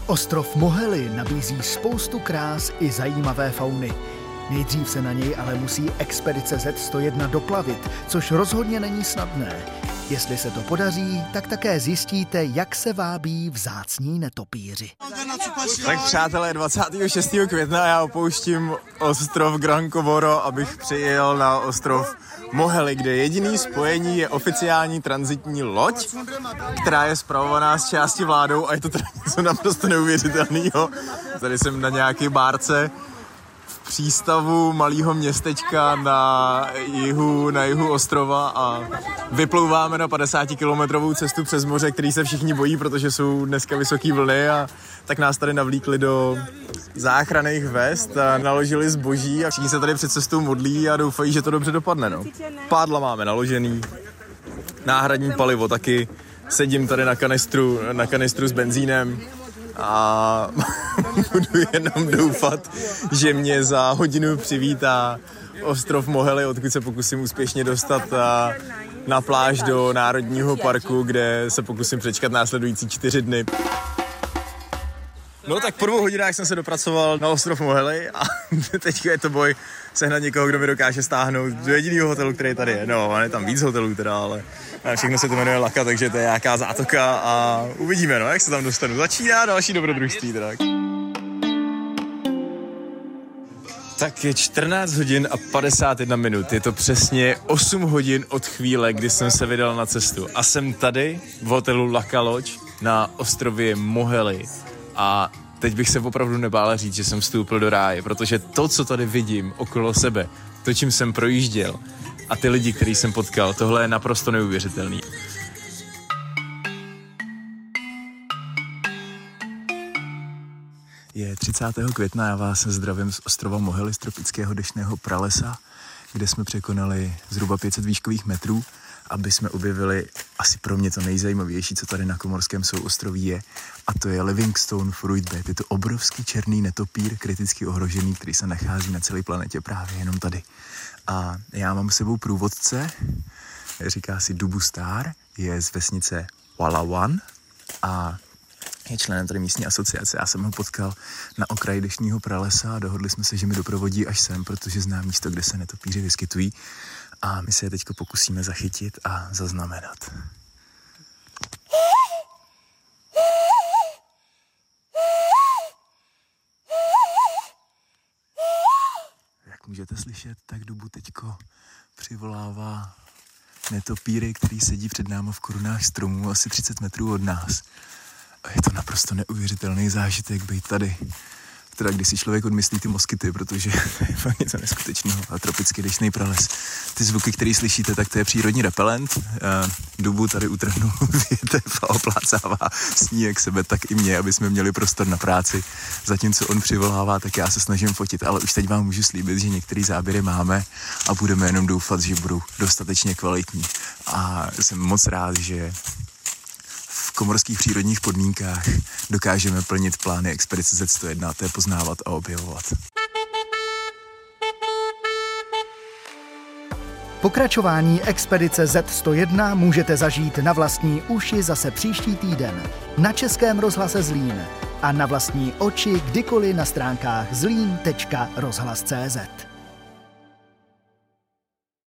Ostrov Mohelly nabízí spoustu krás i zajímavé fauny. Nejdřív se na něj ale musí expedice Z101 doplavit, což rozhodně není snadné. Jestli se to podaří, tak také zjistíte, jak se vábí vzácní netopýři. Tak přátelé, 26. května já opouštím ostrov Gran Comoro, abych přijel na ostrov Mohelly, kde jediný spojení je oficiální tranzitní loď, která je spravovaná z části vládou a je to teda něco naprosto neuvěřitelného. Tady jsem na nějaké bárce v přístavu malého městečka na jihu ostrova a vyplouváme na 50-kilometrovou cestu přes moře, který se všichni bojí, protože jsou dneska vysoký vlny, a tak nás tady navlíkli do záchranných vest a naložili zboží a všichni se tady před cestou modlí a doufají, že to dobře dopadne. No. Pádla máme naložený, náhradní palivo taky, sedím tady na kanistru s benzínem a budu jenom doufat, že mě za hodinu přivítá ostrov Mohelly, odkud se pokusím úspěšně dostat na pláž do národního parku, kde se pokusím přečkat následující 4 dny. No tak po 2 hodinách jsem se dopracoval na ostrov Mohelly a teď je to boj sehnat někoho, kdo mi dokáže stáhnout do jediného hotelu, který tady je. No, je tam víc hotelů teda, ale všechno se to jmenuje Laka, takže to je nějaká zátoka a uvidíme, no, jak se tam dostanu. Začíná další dobrodružství teda. Tak je 14 hodin a 51 minut. Je to přesně 8 hodin od chvíle, kdy jsem se vydal na cestu. A jsem tady v hotelu Laka Lodge na ostrově Mohelly. A teď bych se opravdu nebál říct, že jsem vstoupil do ráje, protože to, co tady vidím okolo sebe, to, čím jsem projížděl a ty lidi, který jsem potkal, tohle je naprosto neuvěřitelný. Je 30. května, já vás zdravím z ostrova Mohelly, z tropického deštného pralesa, kde jsme překonali zhruba 500 výškových metrů, aby jsme objevili asi pro mě to nejzajímavější, co tady na Komorském souostroví je, a to je Livingstone fruitbat. Je to obrovský černý netopýr, kriticky ohrožený, který se nachází na celé planetě právě jenom tady. A já mám s sebou průvodce, říká si Dubu Star, je z vesnice Walawan a je členem tady místní asociace. Já jsem ho potkal na okraji deštního pralesa a dohodli jsme se, že mi doprovodí až sem, protože znám místo, kde se netopýři vyskytují. A my se je teďko pokusíme zachytit a zaznamenat. Jak můžete slyšet, tak Dubu teďko přivolává netopýry, který sedí před náma v korunách stromů asi 30 metrů od nás. A je to naprosto neuvěřitelný zážitek být tady. Teda když si člověk odmyslí ty moskyty, protože to je fakt něco neskutečného. A tropický deštný prales. Ty zvuky, které slyšíte, tak to je přírodní repelent. Dubu tady utrhnul větev a oplácává sníh sebe, tak i mě, aby jsme měli prostor na práci. Zatímco on přivolává, tak já se snažím fotit, ale už teď vám můžu slíbit, že některé záběry máme a budeme jenom doufat, že budou dostatečně kvalitní. A jsem moc rád, že v komorských přírodních podmínkách dokážeme plnit plány expedice Z101, a to je poznávat a objevovat. Pokračování expedice Z101 můžete zažít na vlastní uši zase příští týden na Českém rozhlase Zlín a na vlastní oči kdykoliv na stránkách zlín.rozhlas.cz.